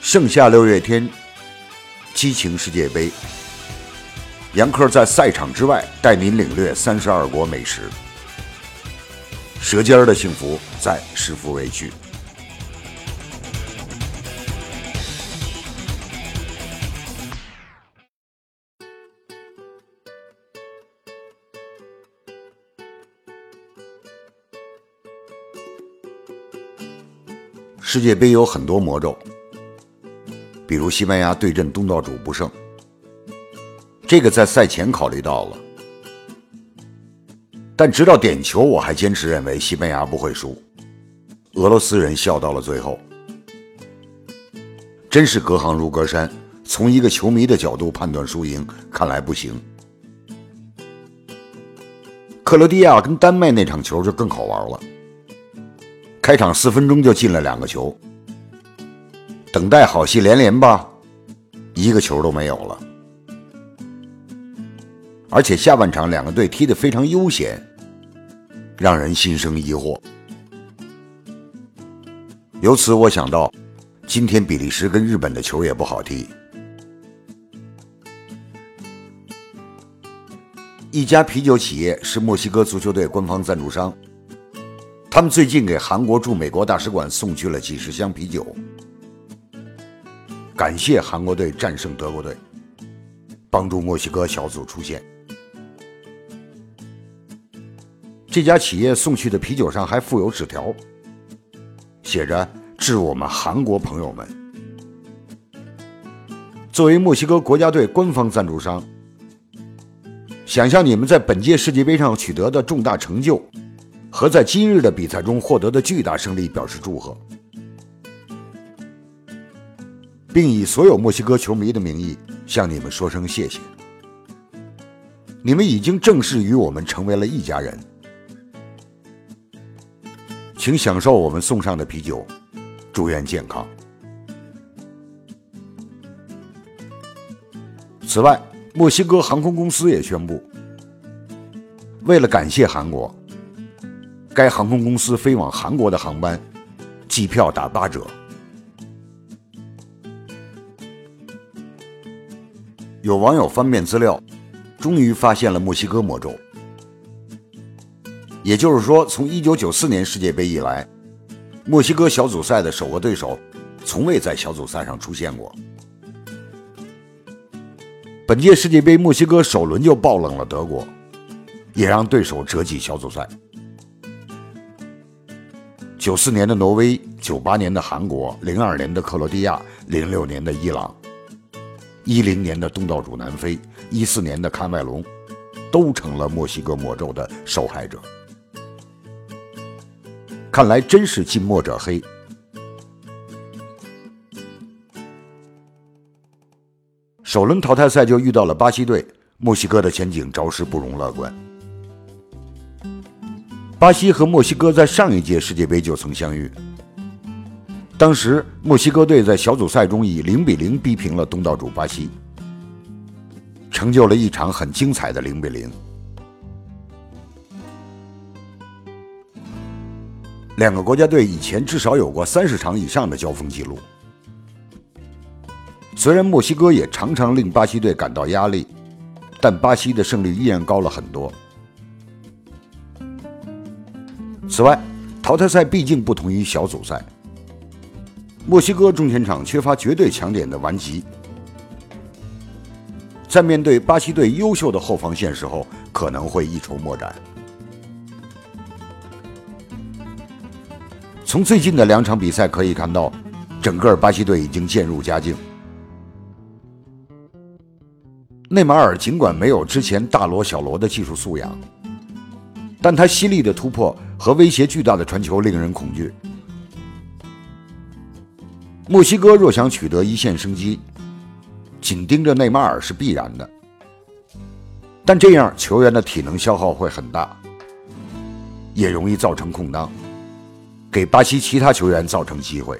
盛夏六月天，激情世界杯，杨科在赛场之外带您领略32国美食，舌尖的幸福在食富味区。世界杯有很多魔咒，比如西班牙对阵东道主不胜，这个在赛前考虑到了，但直到点球我还坚持认为西班牙不会输，俄罗斯人笑到了最后。真是隔行如隔山，从一个球迷的角度判断输赢，看来不行。克罗地亚跟丹麦那场球就更好玩了，开场4分钟就进了2个球，等待好戏连连吧，1个球都没有了。而且下半场2个队踢得非常悠闲，让人心生疑惑。由此我想到，今天比利时跟日本的球也不好踢。一家啤酒企业是墨西哥足球队官方赞助商，他们最近给韩国驻美国大使馆送去了几十箱啤酒，感谢韩国队战胜德国队，帮助墨西哥小组出线。这家企业送去的啤酒上还附有纸条，写着致我们韩国朋友们。作为墨西哥国家队官方赞助商，想向你们在本届世界杯上取得的重大成就和在今日的比赛中获得的巨大胜利表示祝贺，并以所有墨西哥球迷的名义向你们说声谢谢。你们已经正式与我们成为了一家人，请享受我们送上的啤酒，祝愿健康。此外，墨西哥航空公司也宣布，为了感谢韩国，该航空公司飞往韩国的航班机票打8折。有网友翻遍资料，终于发现了墨西哥魔咒。也就是说，从1994年世界杯以来，墨西哥小组赛的首个对手从未在小组赛上出现过。本届世界杯，墨西哥首轮就爆冷了德国，也让对手折戟小组赛。94年的挪威，98年的韩国，02年的克罗地亚，06年的伊朗，10年的东道主南非，14年的喀麦隆，都成了墨西哥魔咒的受害者。看来真是近墨者黑。首轮淘汰赛就遇到了巴西队，墨西哥的前景着实不容乐观。巴西和墨西哥在上一届世界杯就曾相遇，当时墨西哥队在小组赛中以0-0逼平了东道主巴西，成就了一场很精彩的0-0。两个国家队以前至少有过30场以上的交锋记录。虽然墨西哥也常常令巴西队感到压力，但巴西的胜率依然高了很多。此外，淘汰赛毕竟不同于小组赛，墨西哥中前场缺乏绝对强点的顽疾，在面对巴西队优秀的后防线时候，可能会一筹莫展。从最近的2场比赛可以看到，整个巴西队已经渐入佳境。内马尔尽管没有之前大罗小罗的技术素养，但他犀利的突破和威胁巨大的传球令人恐惧。墨西哥若想取得一线生机，紧盯着内马尔是必然的，但这样球员的体能消耗会很大，也容易造成空当，给巴西其他球员造成机会。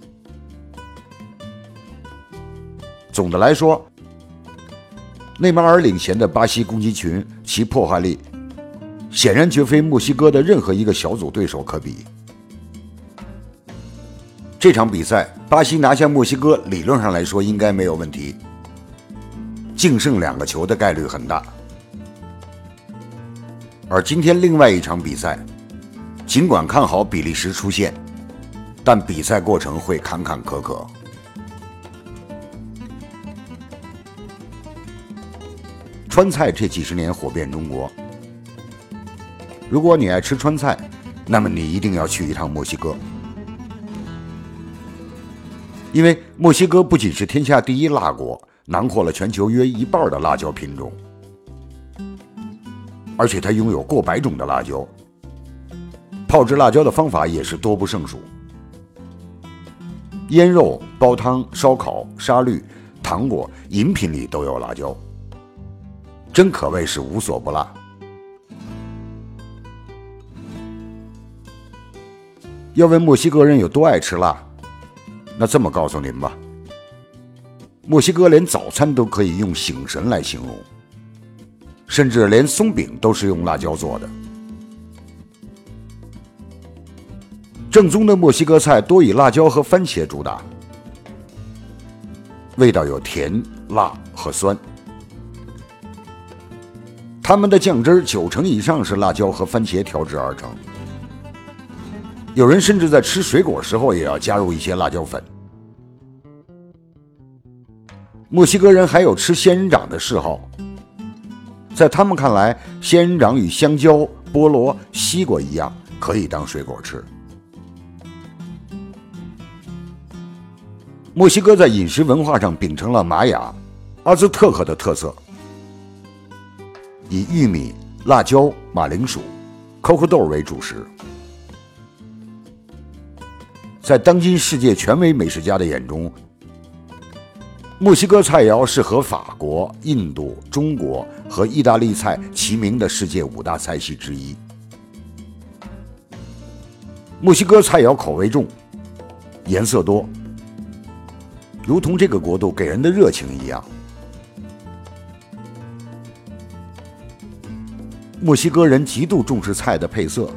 总的来说，内马尔领衔的巴西攻击群，其破坏力显然绝非墨西哥的任何一个小组对手可比。 这场比赛，巴西拿下墨西哥，理论上来说应该没有问题，净胜2个球的概率很大。而今天另外一场比赛，尽管看好比利时出线，但比赛过程会坎坎坷坷。川菜这几十年火遍中国，如果你爱吃川菜，那么你一定要去一趟墨西哥。因为墨西哥不仅是天下第一辣国，囊括了全球约1半的辣椒品种，而且它拥有过百种的辣椒，炮制辣椒的方法也是多不胜数。腌肉、煲汤、烧烤、沙律、糖果、饮品里都有辣椒，真可谓是无所不辣。要问墨西哥人有多爱吃辣，那这么告诉您吧，墨西哥连早餐都可以用醒神来形容，甚至连松饼都是用辣椒做的。正宗的墨西哥菜多以辣椒和番茄主打，味道有甜、辣和酸。他们的酱汁90%以上是辣椒和番茄调制而成，有人甚至在吃水果时候也要加入一些辣椒粉。墨西哥人还有吃仙人掌的嗜好，在他们看来，仙人掌与香蕉、菠萝、西瓜一样，可以当水果吃。墨西哥在饮食文化上秉承了玛雅、阿兹特克的特色，以玉米、辣椒、马铃薯、coco 豆为主食。在当今世界权威美食家的眼中，墨西哥菜肴是和法国、印度、中国和意大利菜齐名的世界5大菜系之一。墨西哥菜肴口味重，颜色多，如同这个国度给人的热情一样。墨西哥人极度重视菜的配色，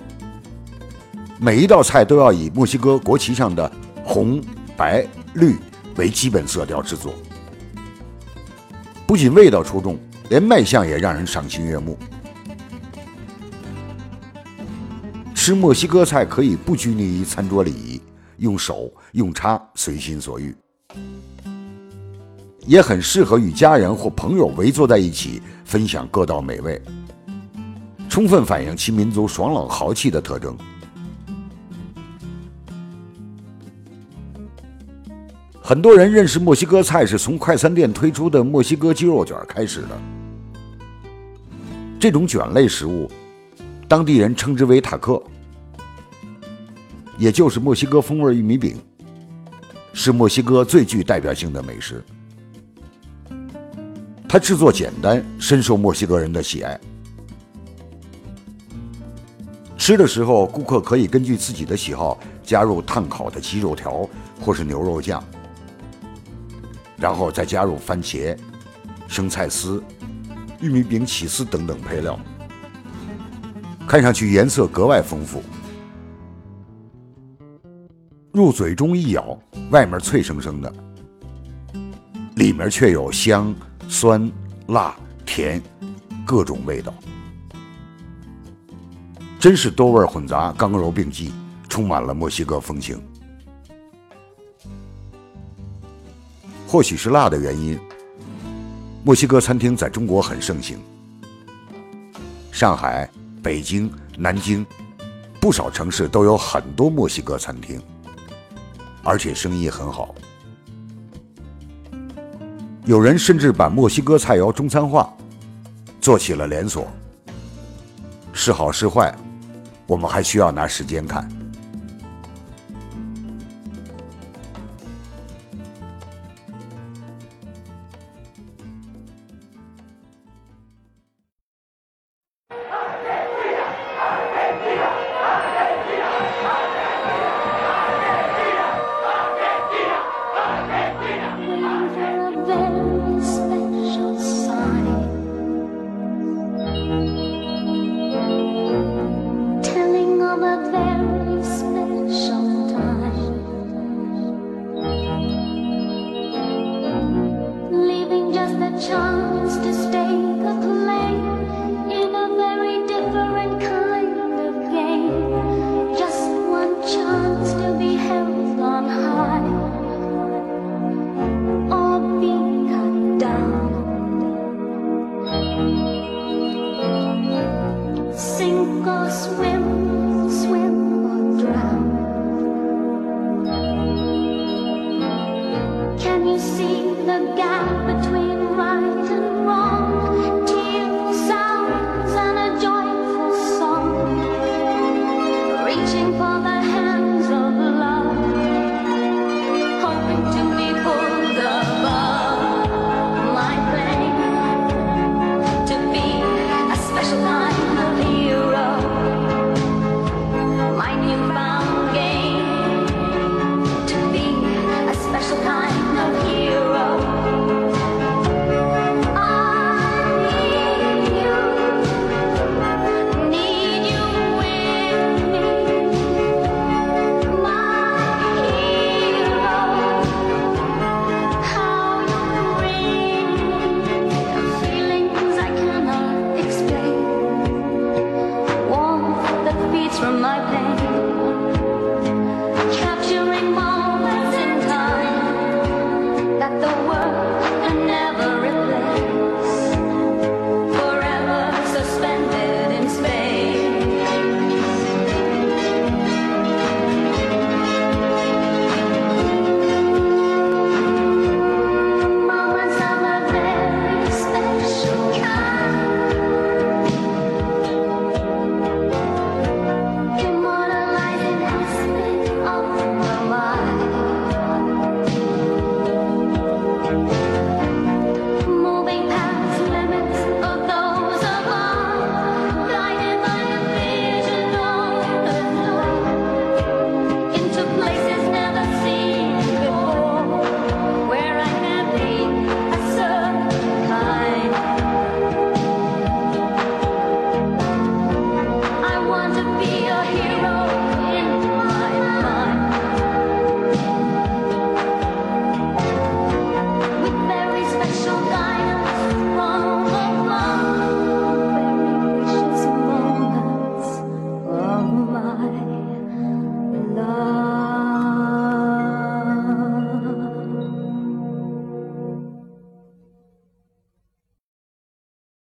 每一道菜都要以墨西哥国旗上的红、白、绿为基本色调制作，不仅味道出众，连卖相也让人赏心悦目。吃墨西哥菜可以不拘泥于餐桌礼仪，用手用叉随心所欲，也很适合与家人或朋友围坐在一起分享各道美味，充分反映其民族爽朗豪气的特征。很多人认识墨西哥菜是从快餐店推出的墨西哥鸡肉卷开始的。这种卷类食物，当地人称之为塔克，也就是墨西哥风味玉米饼，是墨西哥最具代表性的美食。它制作简单，深受墨西哥人的喜爱。吃的时候，顾客可以根据自己的喜好加入烫烤的鸡肉条或是牛肉酱，然后再加入番茄、生菜丝、玉米饼起司等等配料，看上去颜色格外丰富。入嘴中一咬，外面脆生生的，里面却有香、酸、辣、甜各种味道，真是多味混杂，刚柔并济，充满了墨西哥风情。或许是辣的原因，墨西哥餐厅在中国很盛行。上海、北京、南京，不少城市都有很多墨西哥餐厅，而且生意很好。有人甚至把墨西哥菜肴中餐化，做起了连锁。是好是坏，我们还需要拿时间看。 reaching for the hands of love, hoping to be pulled above my plane, to be a special kind of hero, my newfound game, to be a special kind of hero. From my pain,